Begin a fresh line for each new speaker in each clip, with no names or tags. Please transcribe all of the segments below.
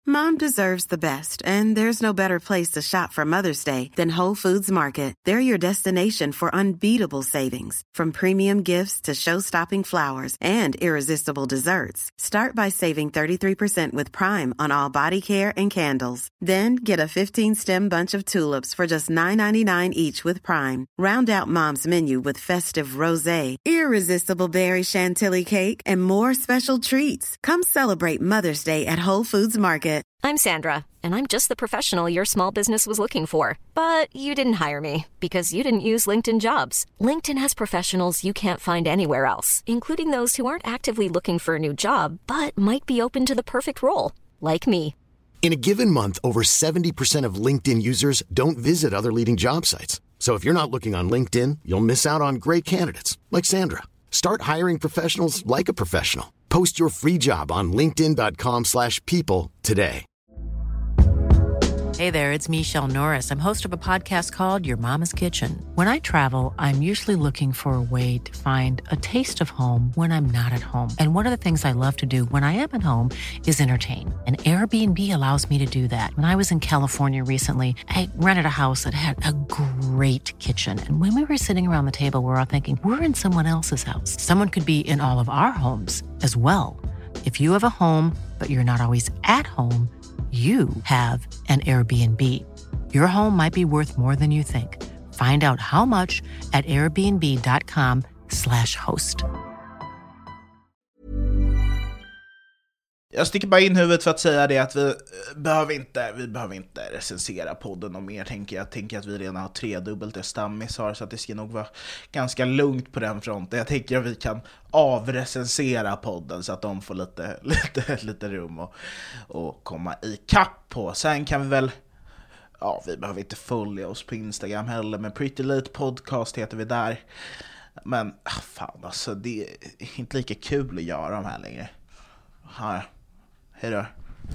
Mom deserves the best, and there's no better place to shop for Mother's Day than Whole Foods Market. They're your destination for unbeatable savings, from premium gifts to show-stopping flowers and irresistible desserts. Start by saving 33% with Prime on all body care and candles. Then get a 15-stem bunch of tulips for just $9.99 each with Prime. Round out Mom's menu with festive rosé, irresistible berry chantilly cake, and more special treats. Come celebrate Mother's Day at Whole Foods Market.
I'm Sandra, and I'm just the professional your small business was looking for. But you didn't hire me because you didn't use LinkedIn Jobs. LinkedIn has professionals you can't find anywhere else, including those who aren't actively looking for a new job, but might be open to the perfect role, like me.
In a given month, over 70% of LinkedIn users don't visit other leading job sites. So if you're not looking on LinkedIn, you'll miss out on great candidates, like Sandra. Start hiring professionals like a professional. Post your free job on linkedin.com/people today.
Hey there, it's Michelle Norris. I'm host of a podcast called Your Mama's Kitchen. When I travel, I'm usually looking for a way to find a taste of home when I'm not at home. And one of the things I love to do when I am at home is entertain. And Airbnb allows me to do that. When I was in California recently, I rented a house that had a great kitchen. And when we were sitting around the table, we're all thinking, we're in someone else's house. Someone could be in all of our homes as well. If you have a home, but you're not always at home, you have an Airbnb. Your home might be worth more than you think. Find out how much at airbnb.com/host.
Jag sticker bara in huvudet för att säga det att vi behöver inte recensera podden och mer, tänker jag. Tänker att vi redan har 3-dubbelt det Stammis har, så att det ska nog vara ganska lugnt på den fronten. Jag tänker att vi kan avrecensera podden så att de får lite rum och komma i kapp på. Sen kan vi väl, ja, vi behöver inte följa oss på Instagram heller, men Pretty Late Podcast heter vi där. Men fan alltså, det är inte lika kul att göra de här längre. Ja, hej då.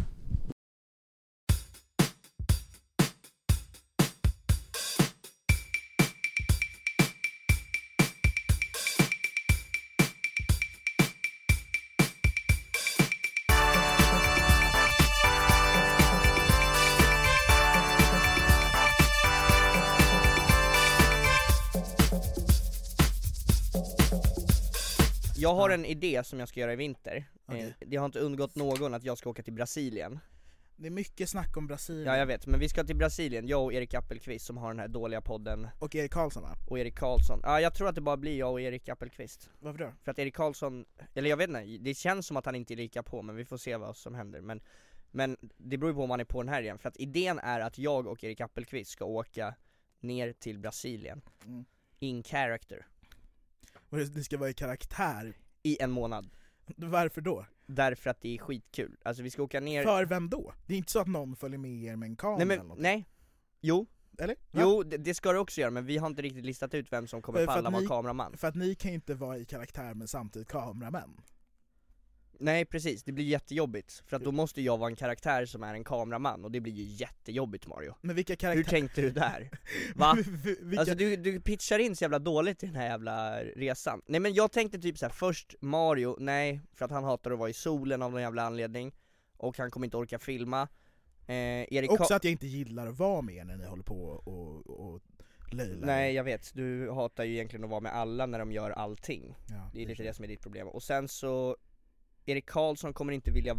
Jag har en idé som jag ska göra i vinter.
Okay.
Det har inte undgått någon att jag ska åka till Brasilien.
Det är mycket snack om Brasilien.
Ja, jag vet, men vi ska till Brasilien. Jag och Erik Appelqvist som har den här dåliga podden.
Och Erik Karlsson, va?
Och Erik Karlsson. Ja, jag tror att det bara blir jag och Erik Appelqvist.
Varför då?
För att Erik Karlsson, eller jag vet inte, det känns som att han inte är lika på, men vi får se vad som händer. Men det beror ju på om han är på den här igen. För att idén är att jag och Erik Appelqvist ska åka ner till Brasilien. In character.
Och det ska vara i karaktär?
I en månad.
Varför då?
Därför att det är skitkul. Alltså vi ska åka ner.
För vem då? Det är inte så att någon följer med er med en kamera.
Nej. Jo.
Eller?
Jo, det ska det också göra, men vi har inte riktigt listat ut vem som kommer falla vara kameraman.
För att ni kan ju inte vara i karaktär men samtidigt kameramän.
Nej, precis. Det blir jättejobbigt. För att då måste jag vara en karaktär som är en kameraman. Och det blir ju jättejobbigt, Mario.
Men vilka karaktärer?
Hur tänkte du där? Va? Alltså du pitchar in så jävla dåligt i den här jävla resan. Nej, men jag tänkte typ så här: först Mario, nej, för att han hatar att vara i solen av någon jävla anledning. Och han kommer inte orka filma.
Också att jag inte gillar att vara med när ni håller på och löjlar.
Nej, jag vet. Du hatar ju egentligen att vara med alla när de gör allting.
Ja,
det är lite det som är ditt problem. Och sen så Erik Karlsson kommer inte vilja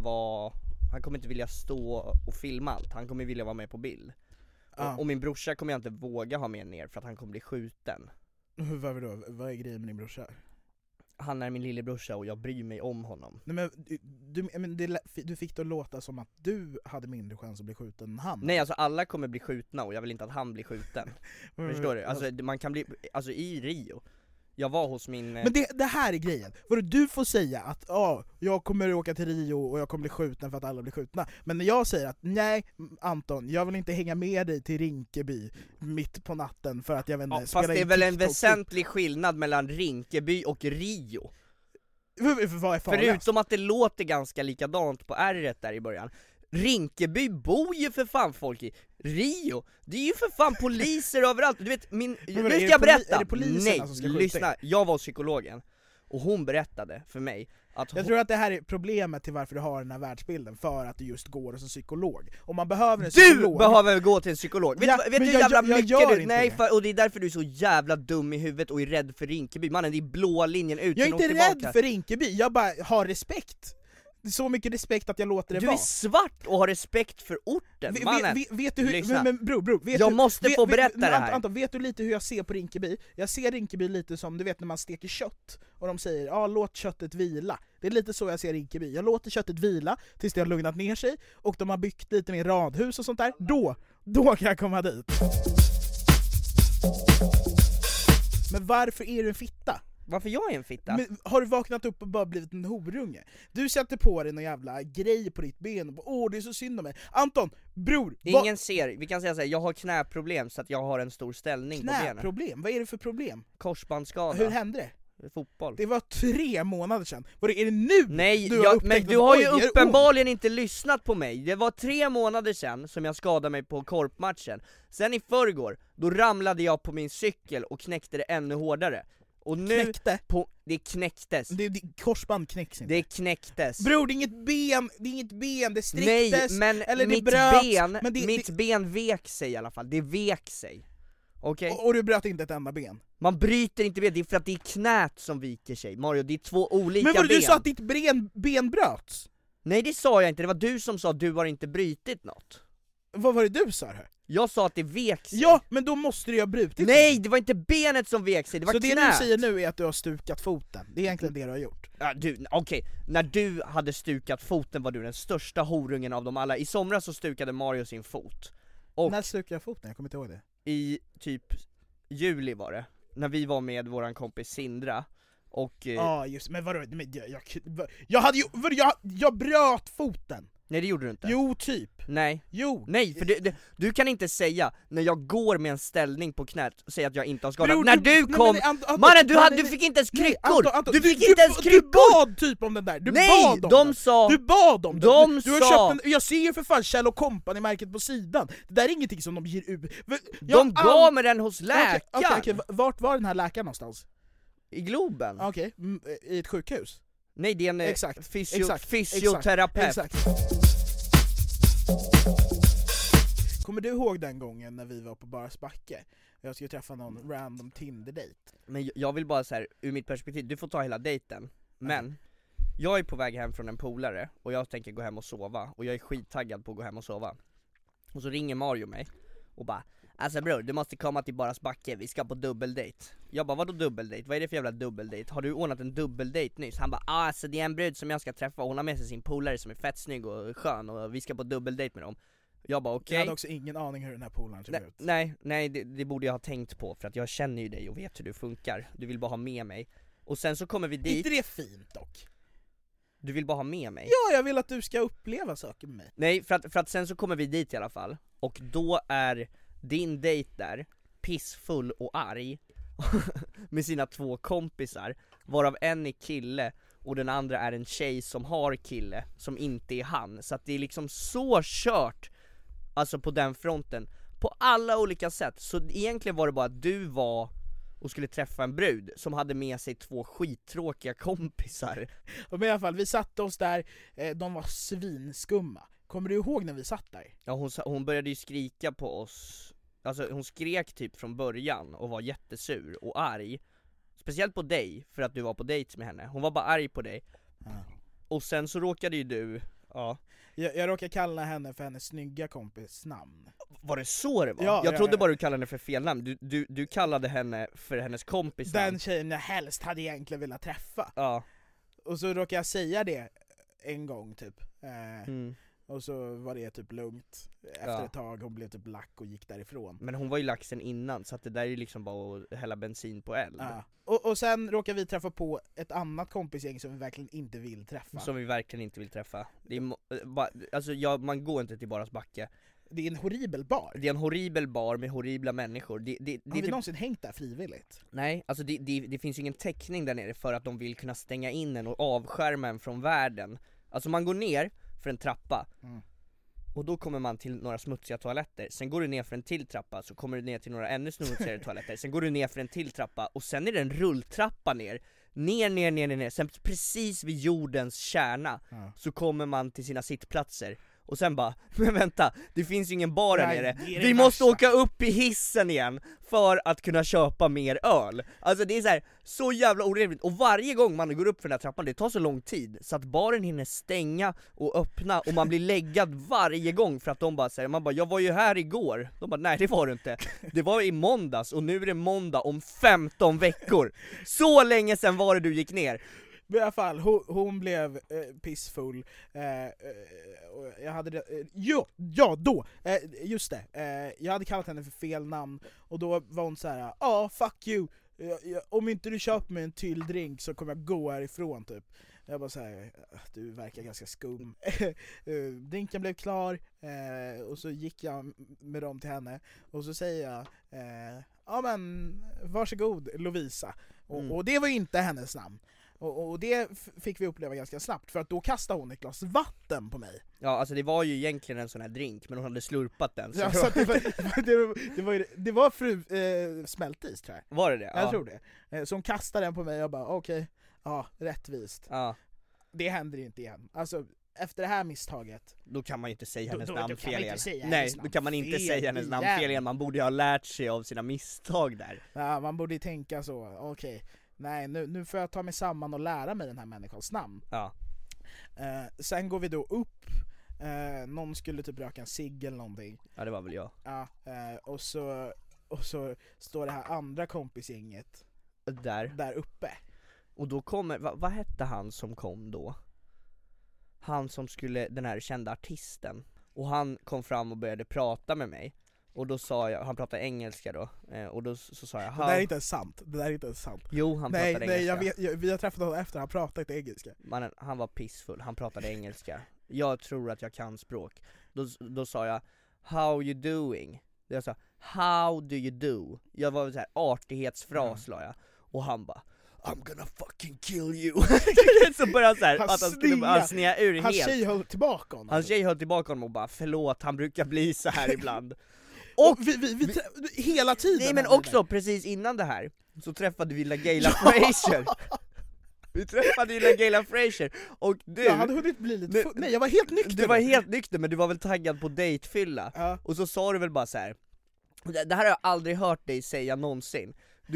stå och filma allt. Han kommer vilja vara med på bild. Och min brorsa kommer jag inte våga ha med ner för att han kommer bli skjuten.
Varför då? Vad är grejen med din brorsa?
Han är min lillebrorsa och jag bryr mig om honom.
Nej, men du fick det att låta som att du hade mindre chans att bli skjuten än han.
Nej, alltså alla kommer bli skjutna och jag vill inte att han blir skjuten. Förstår du? Alltså man kan bli, alltså i Rio. Jag var hos min...
Men det här är grejen. Du får säga att jag kommer åka till Rio och jag kommer bli skjuten för att alla blir skjutna. Men när jag säger att nej, Anton, jag vill inte hänga med dig till Rinkeby mitt på natten för att jag vet inte...
Fast det är väl en väsentlig skillnad mellan Rinkeby och Rio. Förutom att det låter ganska likadant på R1 där i början. Rinkeby bor ju för fan folk i. Rio, det är ju för fan poliser överallt. Du vet, nu ska jag berätta.
Är det
Nej,
som ska
lyssna, jag var psykologen. Och hon berättade för mig att
jag tror att det här är problemet till varför du har den här världsbilden, för att du just går hos en psykolog. Om man behöver en psykolog...
Du behöver gå till en psykolog!
Ja,
vet du hur
jag
mycket
gör
du...
inte
Nej,
det.
och det är därför du är så jävla dum i huvudet och är rädd för Rinkeby. Mannen, det är blåa linjen ut.
Jag är inte rädd för Rinkeby, jag bara har respekt. Så mycket respekt att jag låter det
du
vara.
Du är svart och har respekt för orten, mannen.
Vet du hur... Men bror, vet
jag
du,
måste få berätta det här.
Anton, vet du lite hur jag ser på Rinkeby? Jag ser Rinkeby lite som, du vet när man steker kött och de säger, låt köttet vila. Det är lite så jag ser Rinkeby. Jag låter köttet vila tills det har lugnat ner sig och de har byggt lite mer radhus och sånt där. Då kan jag komma dit. Men varför är du en fitta?
Varför jag är en fitta?
Men har du vaknat upp och bara blivit en horunge? Du sätter på dig någon jävla grej på ditt ben och bara, det är så synd om mig. Anton, bror!
Ingen ser, vi kan säga såhär, jag har knäproblem så att jag har en stor ställning på benen.
Knäproblem? Vad är det för problem?
Korsbandsskada.
Hur hände det?
Fotboll.
Det var 3 månader sedan. Är det nu?
Nej,
du har
men du har ju uppenbarligen inte lyssnat på mig. Det var 3 månader sedan som jag skadade mig på korpmatchen. Sen i förrgår, då ramlade jag på min cykel och knäckte det ännu hårdare. Och nu
knäckte?
Det knäcktes.
Korsband knäcks inte.
Det knäcktes.
Bror, det är inget ben, det sträcktes.
Nej, men
eller
mitt
det bröt,
ben,
men
mitt ben vek sig i alla fall. Det vek sig. Okay.
Och du bröt inte ett enda ben?
Man bryter inte ben, det är för att det är knät som viker sig. Mario, det är 2 olika ben.
Men du sa att ditt ben bröts?
Nej, det sa jag inte, det var du som sa att du har inte brytit något.
Vad var det du sa här?
Jag sa att det vek sig.
Ja, men då måste du ha brutit.
Nej, det var inte benet som vek sig, det var knät.
Så det du säger nu är att du har stukat foten? Det är egentligen det du har gjort?
Ja, okej. När du hade stukat foten var du den största horungen av dem alla. I somras så stukade Mario sin fot. Och
när stukade jag foten? Jag kommer inte ihåg det.
I typ juli var det, när vi var med våran kompis Sindra. Och
just, men vadå, jag bröt foten.
Nej, det gjorde du inte.
Jo, typ.
Nej.
Jo.
Nej, för du kan inte säga när jag går med en ställning på knät och säga att jag inte har skadat.
Bror,
när du kom, mannen, du fick inte ens kryckor.
Anton,
du fick inte ens kryckor.
Du bad typ om den där. Du bad om
de
den.
Sa.
Du bad om
de
den. Du har
sa.
köpt en, jag ser ju för fan Kjell och Company-märket på sidan. Det där är ingenting som de ger ut.
De gav mig den hos läkaren.
Okej. Vart var den här läkaren någonstans?
I Globen.
Okej, i ett sjukhus?
Nej, det är en
exakt.
fysioterapeut.
Exakt. Kommer du ihåg den gången när vi var på Barasbacke? Jag skulle träffa någon random Tinder-date.
Men jag vill bara så här, ur mitt perspektiv, du får ta hela dejten. Men jag är på väg hem från en polare och jag tänker gå hem och sova. Och jag är skittaggad på att gå hem och sova. Och så ringer Mario mig och bara, alltså bror, du måste komma till Barasbacke, vi ska på dubbeldate. Jag bara, vadå dubbeldate? Vad är det för jävla dubbeldate? Har du ordnat en dubbeldate nyss? Han bara, alltså det är en brud som jag ska träffa. Hon har med sig sin polare som är fett snygg och skön och vi ska på dubbeldate med dem. Jag bara okej.
Jag hade också ingen aning hur den här polaren såg ut.
Nej, det borde jag ha tänkt på, för att jag känner ju dig och vet hur du funkar. Du vill bara ha med mig. Och sen så kommer vi dit.
Inte det är fint dock?
Du vill bara ha med mig?
Ja, jag vill att du ska uppleva saker med mig.
Nej, för att sen så kommer vi dit i alla fall. Och då är din dejt där pissfull och arg med sina 2 kompisar, varav en är kille och den andra är en tjej som har kille som inte är han. Så att det är liksom så kört, alltså på den fronten, på alla olika sätt. Så egentligen var det bara att du var och skulle träffa en brud som hade med sig 2 skittråkiga kompisar.
Men i alla fall, vi satte oss där, de var svinskumma. Kommer du ihåg när vi satt där?
Ja, hon började ju skrika på oss. Alltså hon skrek typ från början och var jättesur och arg. Speciellt på dig, för att du var på dejt med henne. Hon var bara arg på dig. Och sen så råkade ju du,
jag råkade kalla henne för hennes snygga kompis namn.
Var det så det var?
Ja,
jag trodde bara du kallade henne för fel namn. Du kallade henne för hennes kompis namn.
Den tjejen jag helst hade egentligen velat träffa.
Ja.
Och så råkade jag säga det en gång typ. Och så var det typ lugnt. Efter ett tag, hon blev typ lack och gick därifrån.
Men hon var ju laxen innan, så att det där är liksom bara att hälla bensin på eld.
Ja. Och sen råkade vi träffa på ett annat kompisgäng som vi verkligen inte vill träffa.
Som vi verkligen inte vill träffa. Det är alltså man går inte till Barasbacke.
Det är en horribel bar.
Det är en horribel bar med horribla människor.
Har vi någonsin hängt där frivilligt?
Nej, alltså det finns ju ingen täckning där nere för att de vill kunna stänga in en och avskärma en från världen. Alltså man går ner för en trappa och då kommer man till några smutsiga toaletter. Sen går du ner för en till trappa, så kommer du ner till några ännu smutsigare toaletter. Sen går du ner för en till trappa och sen är det en rulltrappa ner. ner. Sen precis vid jordens kärna så kommer man till sina sittplatser. Och sen bara, men vänta, det finns ju ingen bar där nere. Vi måste åka upp i hissen igen för att kunna köpa mer öl. Alltså det är så jävla orimligt. Och varje gång man går upp för den här trappan, det tar så lång tid så att baren hinner stänga och öppna. Och man blir läggad varje gång för att de bara säger, man bara, jag var ju här igår. De bara, nej det var du inte. Det var i måndags och nu är det måndag om 15 veckor. Så länge sedan var det du gick ner.
I alla fall, hon blev pissfull. Och jag hade just det. Jag hade kallat henne för fel namn. Och då var hon så här: fuck you. Om inte du köper mig en till drink så kommer jag gå härifrån typ. Jag bara såhär, du verkar ganska skum. Drinken blev klar. Och så gick jag med dem till henne. Och så säger jag, ja men varsågod Lovisa. Och det var inte hennes namn. Och det fick vi uppleva ganska snabbt, för att då kastade hon ett glas vatten på mig.
Ja, alltså det var ju egentligen en sån här drink, men hon hade slurpat den. Så
ja, så det var fru smältis tror jag.
Var det det?
Jag tror det. Så hon kastade den på mig och bara okej, ja, rättvist.
Ja.
Det händer ju inte igen. Alltså efter det här misstaget,
då kan man ju inte säga hennes namn fel igen.
Nej,
då kan man inte säga hennes namn fel igen. Man borde ju ha lärt sig av sina misstag där.
Ja, man borde ju tänka så, okej. Nej, nu får jag ta mig samman och lära mig den här människans namn.
Ja.
Sen går vi då upp. Någon skulle typ röka en cigg eller någonting.
Ja, det var väl jag.
Ja, och så står det här andra kompisgänget där uppe.
Och då kommer, vad hette han som kom då? Han som skulle, den här kända artisten. Och han kom fram och började prata med mig. Och då sa jag, han pratade engelska då. Och då så sa jag,
det där är inte sant.
Jo, han pratade engelska.
Nej, vi har träffat honom efter, han pratade inte engelska.
Mannen, han var pissfull, han pratade engelska. Jag tror att jag kan språk. Då sa jag, how you doing? Jag sa, how do you do? Jag var så här artighetsfras la jag. Och han bara, I'm gonna fucking kill you. Så började han såhär, att han skulle bara snea ur helt.
Hans tjej höll tillbaka honom.
Hans tjej höll tillbaka honom och bara, förlåt, han brukar bli så här ibland.
Och vi hela tiden.
Nej, men också precis innan det här så träffade vi LaGaylia Frazier. Vi träffade LaGaylia Frazier. Och du,
jag hade hunnit bli lite nej, jag var helt nykter.
Du var helt nykter, men du var väl taggad på datefylla.
Ja.
Och så sa du väl bara så här. Det här har jag aldrig hört dig säga någonsin.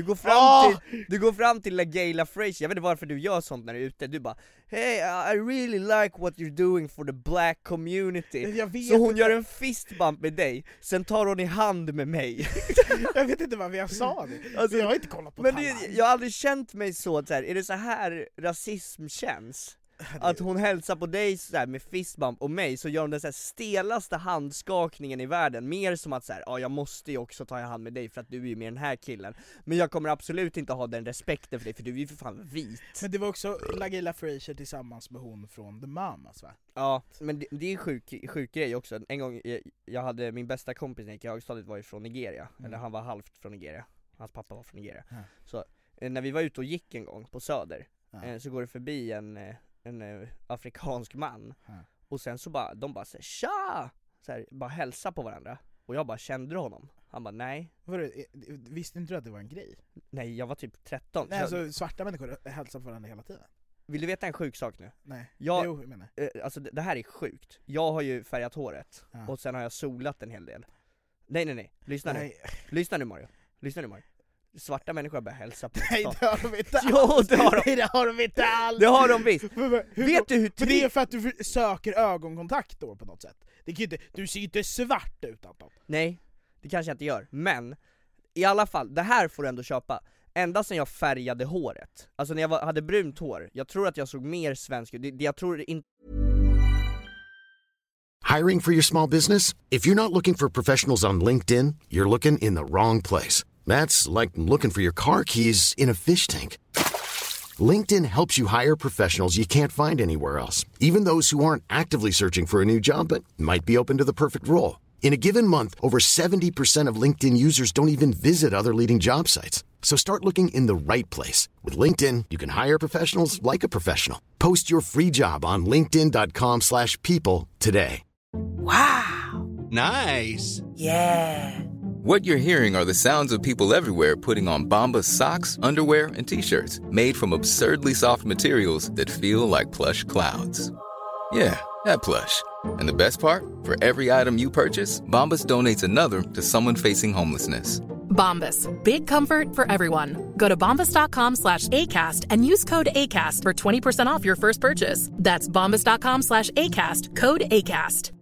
Du går fram till LaGaylia Frazier. Jag vet inte varför du gör sånt när du är ute. Du bara, hey, I really like what you're doing for the black community. Så hon gör en fistbump med dig. Sen tar hon i hand med mig.
Jag vet inte vad jag sa det. Alltså, jag har inte kollat på
jag har aldrig känt mig så här. Är det så här rasism känns? Att hon hälsar på dig så här med fistbump och mig, så gör hon den så här stelaste handskakningen i världen. Mer som att så här, jag måste ju också ta i hand med dig för att du är ju med den här killen. Men jag kommer absolut inte ha den respekten för dig, för du är ju för fan vit.
Men det var också LaGaylia Frazier tillsammans med hon från The Mamas, va?
Ja, men det är en sjuk grej också. En gång, jag hade min bästa kompis när jag gick i högstadiet, var ju från Nigeria. Eller han var halvt från Nigeria. Hans pappa var från Nigeria. Så när vi var ute och gick en gång på Söder, så går det förbi en afrikansk man. Och sen så bara, de bara säger tja! Så här, bara hälsa på varandra. Och jag bara, kände du honom? Han bara, nej.
Visste inte du att det var en grej?
Nej, jag var typ 13.
Nej, alltså svarta människor hälsar på varandra hela tiden.
Vill du veta en sjuk sak nu?
Nej,
jag menar. Alltså det här är sjukt. Jag har ju färgat håret. Och sen har jag solat en hel del. Nej, lyssna nu. Lyssna nu Mario. Svarta människor börjar hälsa på.
Nej, det har de inte alls.
Jo, det har de.
Nej, det har de inte alls.
Det har de visst. Vet du hur
det är för att du söker ögonkontakt då på något sätt. Det kan inte, du ser ju inte svart ut, Anton.
Nej, det kanske jag inte gör. Men i alla fall, det här får du ändå köpa. Ända sedan jag färgade håret. Alltså när jag hade brunt hår. Jag tror att jag såg mer svensk ut. Jag tror inte.
Hiring for your small business? If you're not looking for professionals on LinkedIn, you're looking in the wrong place. That's like looking for your car keys in a fish tank. LinkedIn helps you hire professionals you can't find anywhere else, even those who aren't actively searching for a new job but might be open to the perfect role. In a given month, over 70% of LinkedIn users don't even visit other leading job sites. So start looking in the right place. With LinkedIn, you can hire professionals like a professional. Post your free job on linkedin.com/people today.
Wow!
Nice!
Yeah! What you're hearing are the sounds of people everywhere putting on Bombas socks, underwear, and T-shirts made from absurdly soft materials that feel like plush clouds. Yeah, that plush. And the best part? For every item you purchase, Bombas donates another to someone facing homelessness.
Bombas. Big comfort for everyone. Go to bombas.com/ACAST and use code ACAST for 20% off your first purchase. That's bombas.com/ACAST. Code ACAST.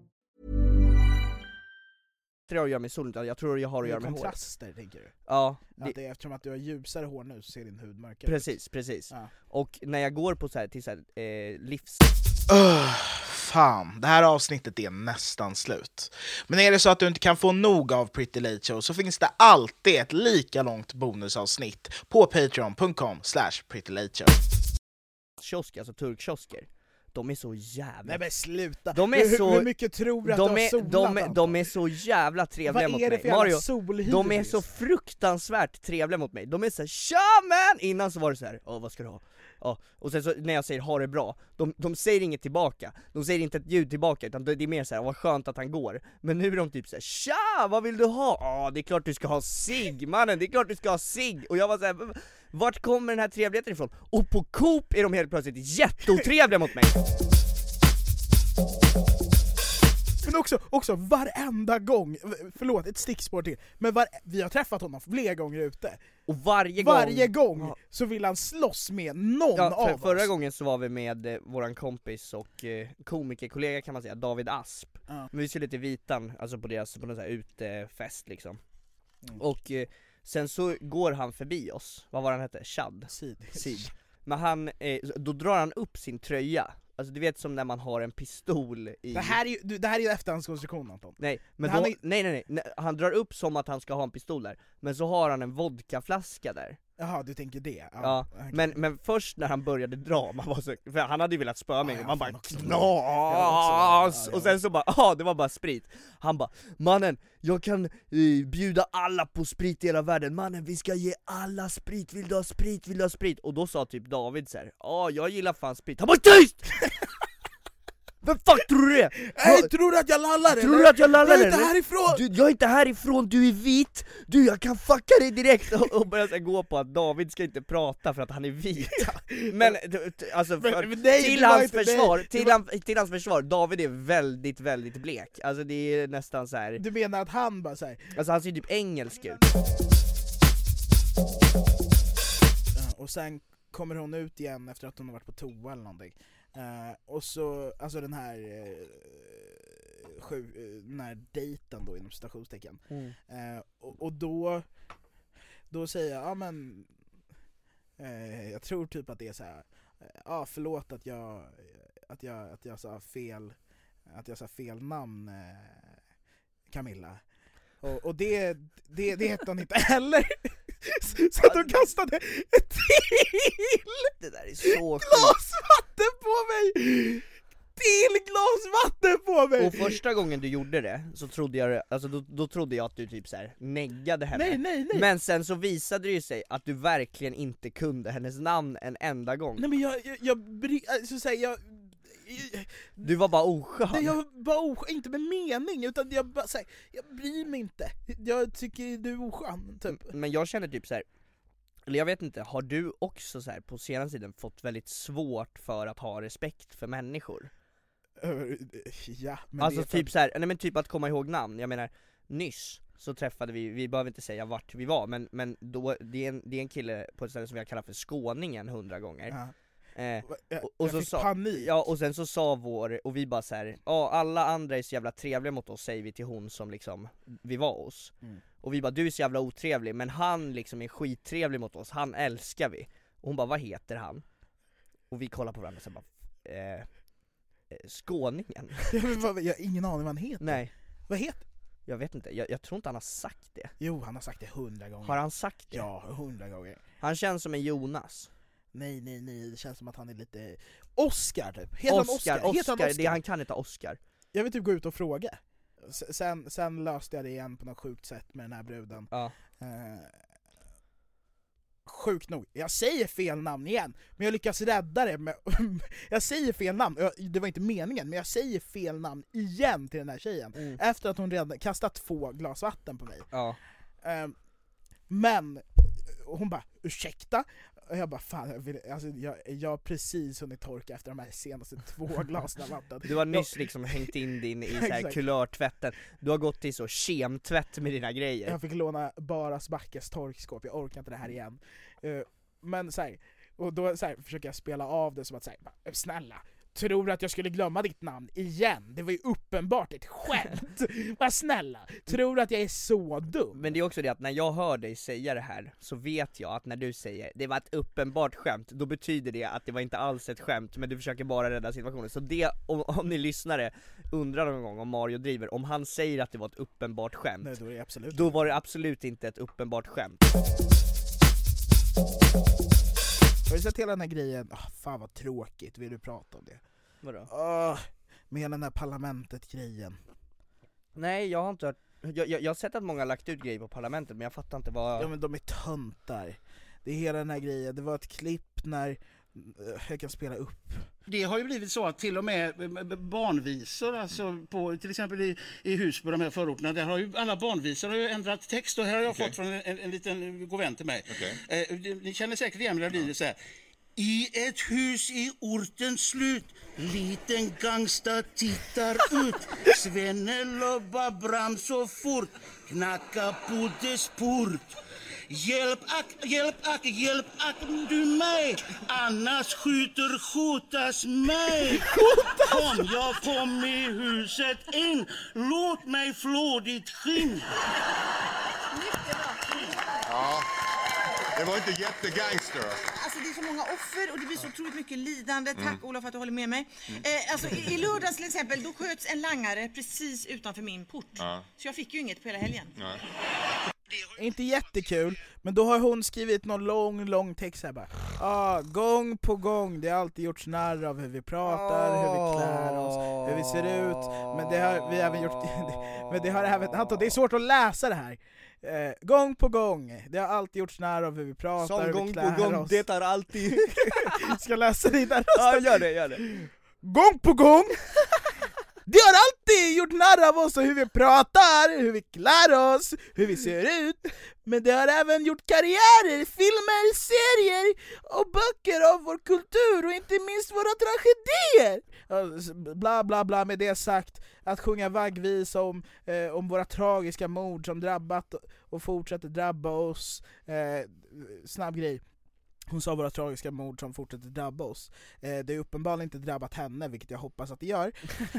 Det har att göra med solen, jag tror jag har att göra med
kontraster,
håret.
tänker du?
Ja.
Att det är eftersom att du har ljusare hår nu så ser din hud mörkare ut.
Precis.
Ja.
Och när jag går på så här, till så här, livs...
Fan, det här avsnittet är nästan slut. Men är det så att du inte kan få nog av Pretty Late Show så finns det alltid ett lika långt bonusavsnitt på patreon.com/prettylateshow.
Kiosk, alltså turkkiosker. De är så jävla...
Nej men sluta!
Hur
mycket tror du att du har solat?
De är så jävla trevliga mot mig.
Vad är det för jävla solhybris?
De är så fruktansvärt trevliga mot mig. De är så här, tja man! Innan så var det så här, vad ska du ha? Ja, och sen så när jag säger ha det bra, de säger inget tillbaka. De säger inte ett ljud tillbaka, utan det är mer så här, vad skönt att han går. Men nu är de typ så här, tja, vad vill du ha? Ja, det är klart du ska ha cigg, mannen, det är klart du ska ha cigg. Och jag var så här, vart kommer den här trevligheten ifrån? Och på Coop är de helt plötsligt jätteotrevliga mot mig.
Men också varenda gång, förlåt ett stickspår till, men vi har träffat honom flera gånger ute.
Och varje gång
så vill han slåss med någon av oss.
Förra gången så var vi med våran kompis och komikerkollega kan man säga, David Asp. Men vi skulle till Vitan, alltså på någon så här utefest liksom. Och sen så går han förbi oss. Vad var han hette? Sid. Men han, då drar han upp sin tröja. Alltså du vet som när man har en pistol i... Det här
är ju efterhandskonstruktion, Anton.
Nej, men nej, han drar upp som att han ska ha en pistol där. Men så har han en vodkaflaska där.
Jaha, du tänker det?
Ja, okay. Men först när han började dra, man var så, för han hade ju velat spöa mig, och man bara knas, och sen så bara, det var bara sprit. Han bara, mannen, jag kan bjuda alla på sprit i hela världen, mannen, vi ska ge alla sprit, vill du ha sprit? Och då sa typ David så här, jag gillar fan sprit. Han bara, tyst! Vem fuck tror du det?
Tror du att jag lallar eller?
Tror du att jag lallar eller?
Jag är inte härifrån!
Jag är inte härifrån, du är vit! Du, jag kan fucka dig direkt! Och börjar så gå på att David ska inte prata för att han är vit. Men alltså, till hans försvar, David är väldigt, väldigt blek. Alltså det är nästan så här.
Du menar att han bara såhär?
Alltså han ser typ engelsk ut.
Och sen kommer hon ut igen efter att hon har varit på toa eller någonting. Och så, alltså den här dejten då inom citationstecken. Och då säger jag, jag tror typ att det är så här, förlåt att jag sa fel namn, Camilla. Och det hette hon inte heller. Så att de kastade ett till
det där är så
glas vatten på mig!
Och första gången du gjorde det så trodde jag, alltså då trodde jag att du typ så här neggade henne.
Nej.
Men sen så visade det ju sig att du verkligen inte kunde hennes namn en enda gång.
Nej men
du var bara oskön.
Nej, jag var inte med mening, utan jag bara säger, jag bryr mig inte. Jag tycker du är oskön typ.
Men jag känner typ så här, eller jag vet inte, har du också så här på senaste tiden fått väldigt svårt för att ha respekt för människor?
Ja, men
alltså typ så här, nej men typ att komma ihåg namn. Jag menar, nyss så träffade vi behöver inte säga vart vi var, men då, det är en kille på ett ställe som jag kallar för Skåningen 100 gånger.
Ja.
Och så sa, och sen så sa och vi bara så här, alla andra är så jävla trevliga mot oss, säger vi till hon som liksom vi var hos. Och vi bara, du är så jävla otrevlig, men han liksom är skittrevlig mot oss, han älskar vi. Och hon bara, vad heter han? Och vi kollar på varandra och så bara, Skåningen.
Jag har ingen aning vad han heter.
Nej.
Vad heter?
Jag vet inte, jag tror inte han har sagt det.
Jo, han har sagt det 100 gånger.
Har han sagt det?
Ja, 100 gånger.
Han känns som en Jonas.
Nej, det känns som att han är lite Oscar typ. Heter
han kan inte Oscar.
Jag vill typ gå ut och fråga. Sen löste jag det igen på något sjukt sätt med den här bruden.
Ja.
sjukt nog, jag säger fel namn igen, men jag lyckas rädda det med, jag säger fel namn, det var inte meningen, men jag säger fel namn igen till den här tjejen efter att hon redan kastat 2 glas vatten på mig. Men hon bara, ursäkta? Och jag bara, fan, jag har precis hunnit torka efter de här senaste 2 glasen av vatten.
Du har nyss liksom hängt in din i så här kulörtvätten. Du har gått till så kemtvätt med dina grejer.
Jag fick låna bara Backes torkskåp, jag orkar inte det här igen. Men så här, och då så här, försöker jag spela av det som att säga, snälla, tror du att jag skulle glömma ditt namn igen? Det var ju uppenbart ett skämt. Vad snälla, tror du att jag är så dum?
Men det är också det att när jag hör dig säga det här så vet jag att när du säger det var ett uppenbart skämt, då betyder det att det var inte alls ett skämt, men du försöker bara rädda situationen. Så det, om ni lyssnare undrar någon gång om Mario driver, om han säger att det var ett uppenbart skämt,
nej, då
var det absolut inte ett uppenbart skämt.
Har du sett hela den här grejen? Fan vad tråkigt, vill du prata om det?
Vadå?
Med hela den här parlamentet-grejen.
Nej, jag har inte hört. Jag har sett att många har lagt ut grejer på parlamentet, men jag fattar inte vad...
Ja, men de är töntar. Det är hela den här grejen. Det var ett klipp när... Jag kan spela upp.
Det har ju blivit så att till och med barnvisor, alltså på, till exempel i hus på de här förorterna, där har ju alla barnvisor har ju ändrat text, och här har jag fått från en liten god vän till mig. Ni känner säkert igen melodin så här. I ett hus i ortens slut, liten gangsta tittar ut. Svenne lobbar bram så fort, knacka på dess port. Hjälp ack du mig, annars skjutas mig. Kom, jag kom i huset in, låt mig flå ditt skinn.
Ja, det var inte jättegangster.
Alltså det är så många offer och det blir så otroligt mycket lidande. Tack Olof för att du håller med mig. Alltså i lördags till exempel, då sköts en langare precis utanför min port. Så jag fick ju inget på hela helgen.
Inte jättekul, men då har hon skrivit någon lång text här bara. Gång på gång, det har alltid gjorts narr av hur vi pratar, hur vi klär oss, hur vi ser ut. Men det har vi även gjort. Men det har även, Anton, det är svårt att läsa det här. Gång på gång, det har alltid gjorts narr av hur vi pratar, hur vi klär oss. Gång på gång,
det har alltid...
Ska jag läsa det där?
Ja, gör det.
Gång på gång. Det har alltid gjort narr av oss och hur vi pratar, hur vi klär oss, hur vi ser ut. Men det har även gjort karriärer, filmer, serier och böcker av vår kultur och inte minst våra tragedier. Bla bla bla, med det sagt, att sjunga vaggvis om våra tragiska mord som drabbat och fortsätter drabba oss. Snabb grej. Hon sa våra tragiska mord som fortsätter drabba oss. Det är uppenbarligen inte drabbat henne, vilket jag hoppas att det gör.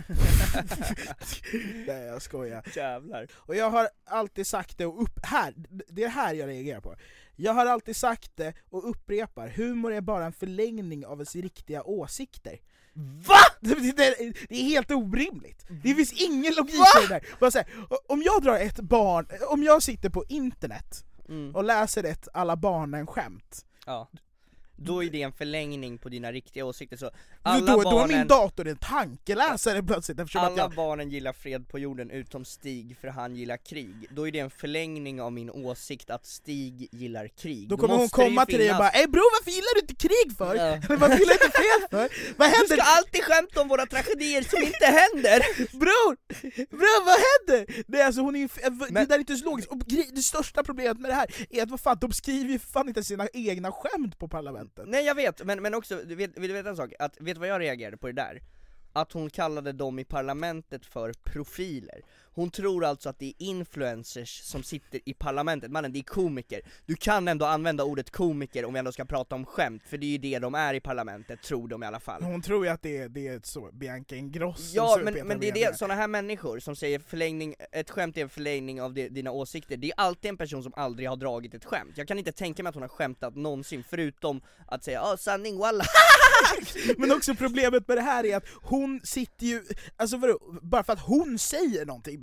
Nej, jag skojar.
Jävlar.
Och jag har alltid sagt det och det är här jag reagerar på. Jag har alltid sagt det och upprepar. Humor är bara en förlängning av ens riktiga åsikter. Va? Det är helt orimligt. Det finns ingen logik i det där. Bara så här, om jag drar ett barn, om jag sitter på internet och läser ett alla barnen skämt.
Ja. Då är det en förlängning på dina riktiga åsikter. Så
då är min dator en tankeläsare plötsligt.
Alla barnen gillar fred på jorden utom Stig, för han gillar krig. Då är det en förlängning av min åsikt att Stig gillar krig.
Då kommer hon komma till dig och bara, bror, varför gillar du inte krig för? Eller varför gillar du inte fred för? Vad händer?
Du ska alltid skämta om våra tragedier som inte händer.
Bror, vad händer? Det är alltså, det där är inte så logiskt. Och det största problemet med det här är att vad fan, de skriver ju fan inte sina egna skämt på parlamentet.
Nej, jag vet, men också, vill du veta en sak? Vet du vad jag reagerade på det där? Att hon kallade dem i parlamentet för profiler. Hon tror alltså att det är influencers som sitter i parlamentet. Mannen, det är komiker. Du kan ändå använda ordet komiker om vi ändå ska prata om skämt, för det är ju det de är i parlamentet, tror de i alla fall.
Hon tror ju att det är så Bianca Ingrosso.
Ja, men det är det, såna här människor som säger ett skämt är en förlängning av dina åsikter. Det är alltid en person som aldrig har dragit ett skämt. Jag kan inte tänka mig att hon har skämtat någonsin, förutom att säga sanning, walla.
Men också problemet med det här är att hon sitter ju, alltså bara för att hon säger någonting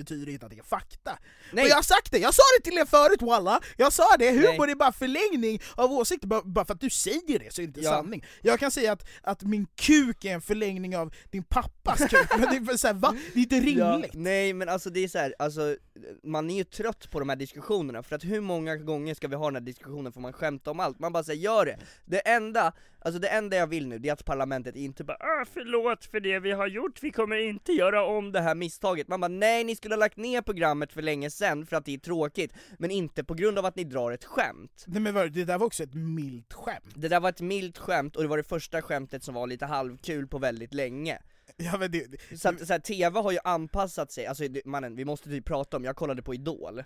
betyder inte att det är fakta.
Nej.
Och jag har sagt det, jag sa det till er förut walla. Jag sa det, humor är bara förlängning av åsikter. Bara för att du säger det så är det inte sanning. Jag kan säga att min kuk är en förlängning av din pappas kuk. Men det är så här, va? Det är inte rimligt.
Nej men alltså det är så här, alltså man är ju trött på de här diskussionerna, för att hur många gånger ska vi ha den här diskussionen får man skämta om allt, man bara säger gör det. Det enda jag vill nu, det är att parlamentet inte bara förlåt för det vi har gjort, vi kommer inte göra om det här misstaget. Man bara nej, ni skulle ha lagt ner programmet för länge sedan för att det är tråkigt, men inte på grund av att ni drar ett skämt.
Nej men det där var också ett milt skämt.
Det där var ett milt skämt, och det var det första skämtet som var lite halvkul på väldigt länge.
Ja, men
så här, TV har ju anpassat sig, alltså mannen, vi måste typ prata om, jag kollade på Idol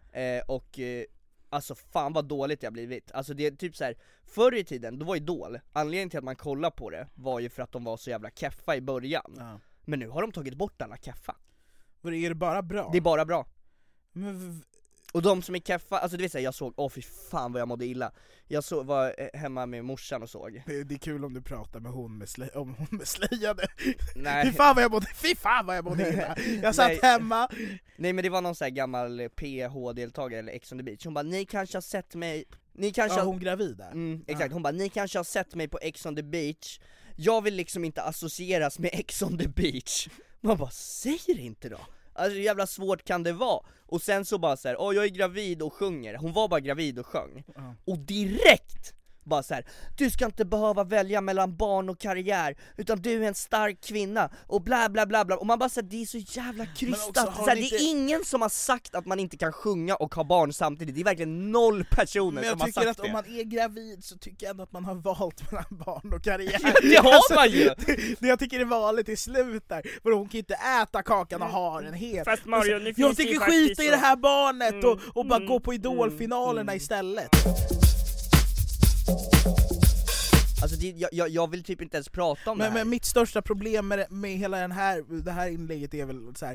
alltså fan vad dåligt det har blivit. Alltså det är typ så här, förr i tiden, då var Idol, anledningen till att man kollade på det var ju för att de var så jävla keffa i början. Men nu har de tagit bort alla keffa.
Är det bara bra?
Det är bara bra. Och de som är keffa, alltså det vill säga jag såg, fy fan vad jag mådde illa. Jag var hemma med morsan och såg.
Det är kul om du pratar med hon med slöjade.
Nej.
Fy fan vad jag mådde illa. Jag satt hemma.
Nej men det var någon så här gammal PH-deltagare eller Ex on the Beach. Hon bara, ni kanske har sett mig.
Hon gravid där.
Exakt, hon bara, ni kanske har sett mig på Ex on the Beach. Jag vill liksom inte associeras med Ex on the Beach. Man bara, säger inte då. Alltså hur jävla svårt kan det vara? Och sen så bara så här, jag är gravid och sjunger. Hon var bara gravid och sjöng. Och direkt bara så här, du ska inte behöva välja mellan barn och karriär, utan du är en stark kvinna och bla bla bla bla. Och man bara säger, det är så jävla krystat. Så här, det är ingen som har sagt att man inte kan sjunga och ha barn samtidigt. Det är verkligen 0 personer som har sagt det. Men jag tycker att
om man är gravid så tycker jag ändå att man har valt mellan barn och karriär.
Det har man ju!
Det jag tycker är valet i slut där. För hon kan inte äta kakan och ha den helt.
Fast Mario, nu
jag tycker skita i det här barnet och bara gå på idolfinalerna istället.
Alltså jag vill typ inte ens prata om det här.
Men mitt största problem med hela det här inlägget är väl så här.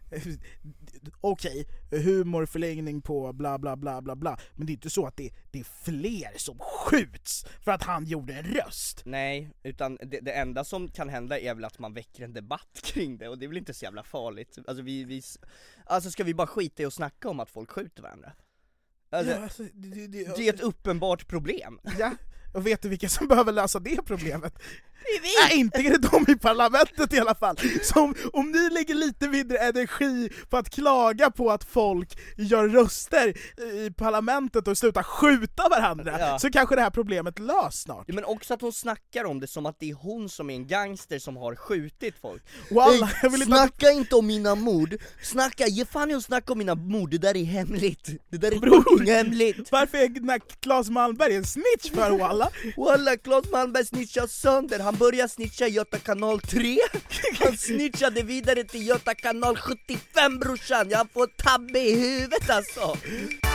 Okej, humorförlängning på bla bla bla bla bla. Men det är inte så att det är fler som skjuts för att han gjorde en röst.
Nej, utan det enda som kan hända är väl att man väcker en debatt kring det. Och det är väl inte så jävla farligt. Alltså alltså ska vi bara skita i och snacka om att folk skjuter varandra? Alltså, det är ett uppenbart problem.
Ja, och vet du vilka som behöver lösa det problemet? Inte är det de i parlamentet i alla fall. Så om ni lägger lite mindre energi på att klaga på att folk gör röster i parlamentet och slutar skjuta varandra, så kanske det här problemet lös snart.
Ja, men också att hon snackar om det som att det är hon som är en gangster som har skjutit folk. Snacka inte om mina mord. Ge fan i att snacka om mina mord, det där är hemligt. Det där är fucking hemligt.
Varför är Claes Malmberg en snitch för Walla?
Walla, Claes Malmberg snitchar sönder. Han började snitcha Göta kanal 3. Han snitchade vidare till Göta kanal 75, brorsan. Jag får tabbe i huvudet alltså.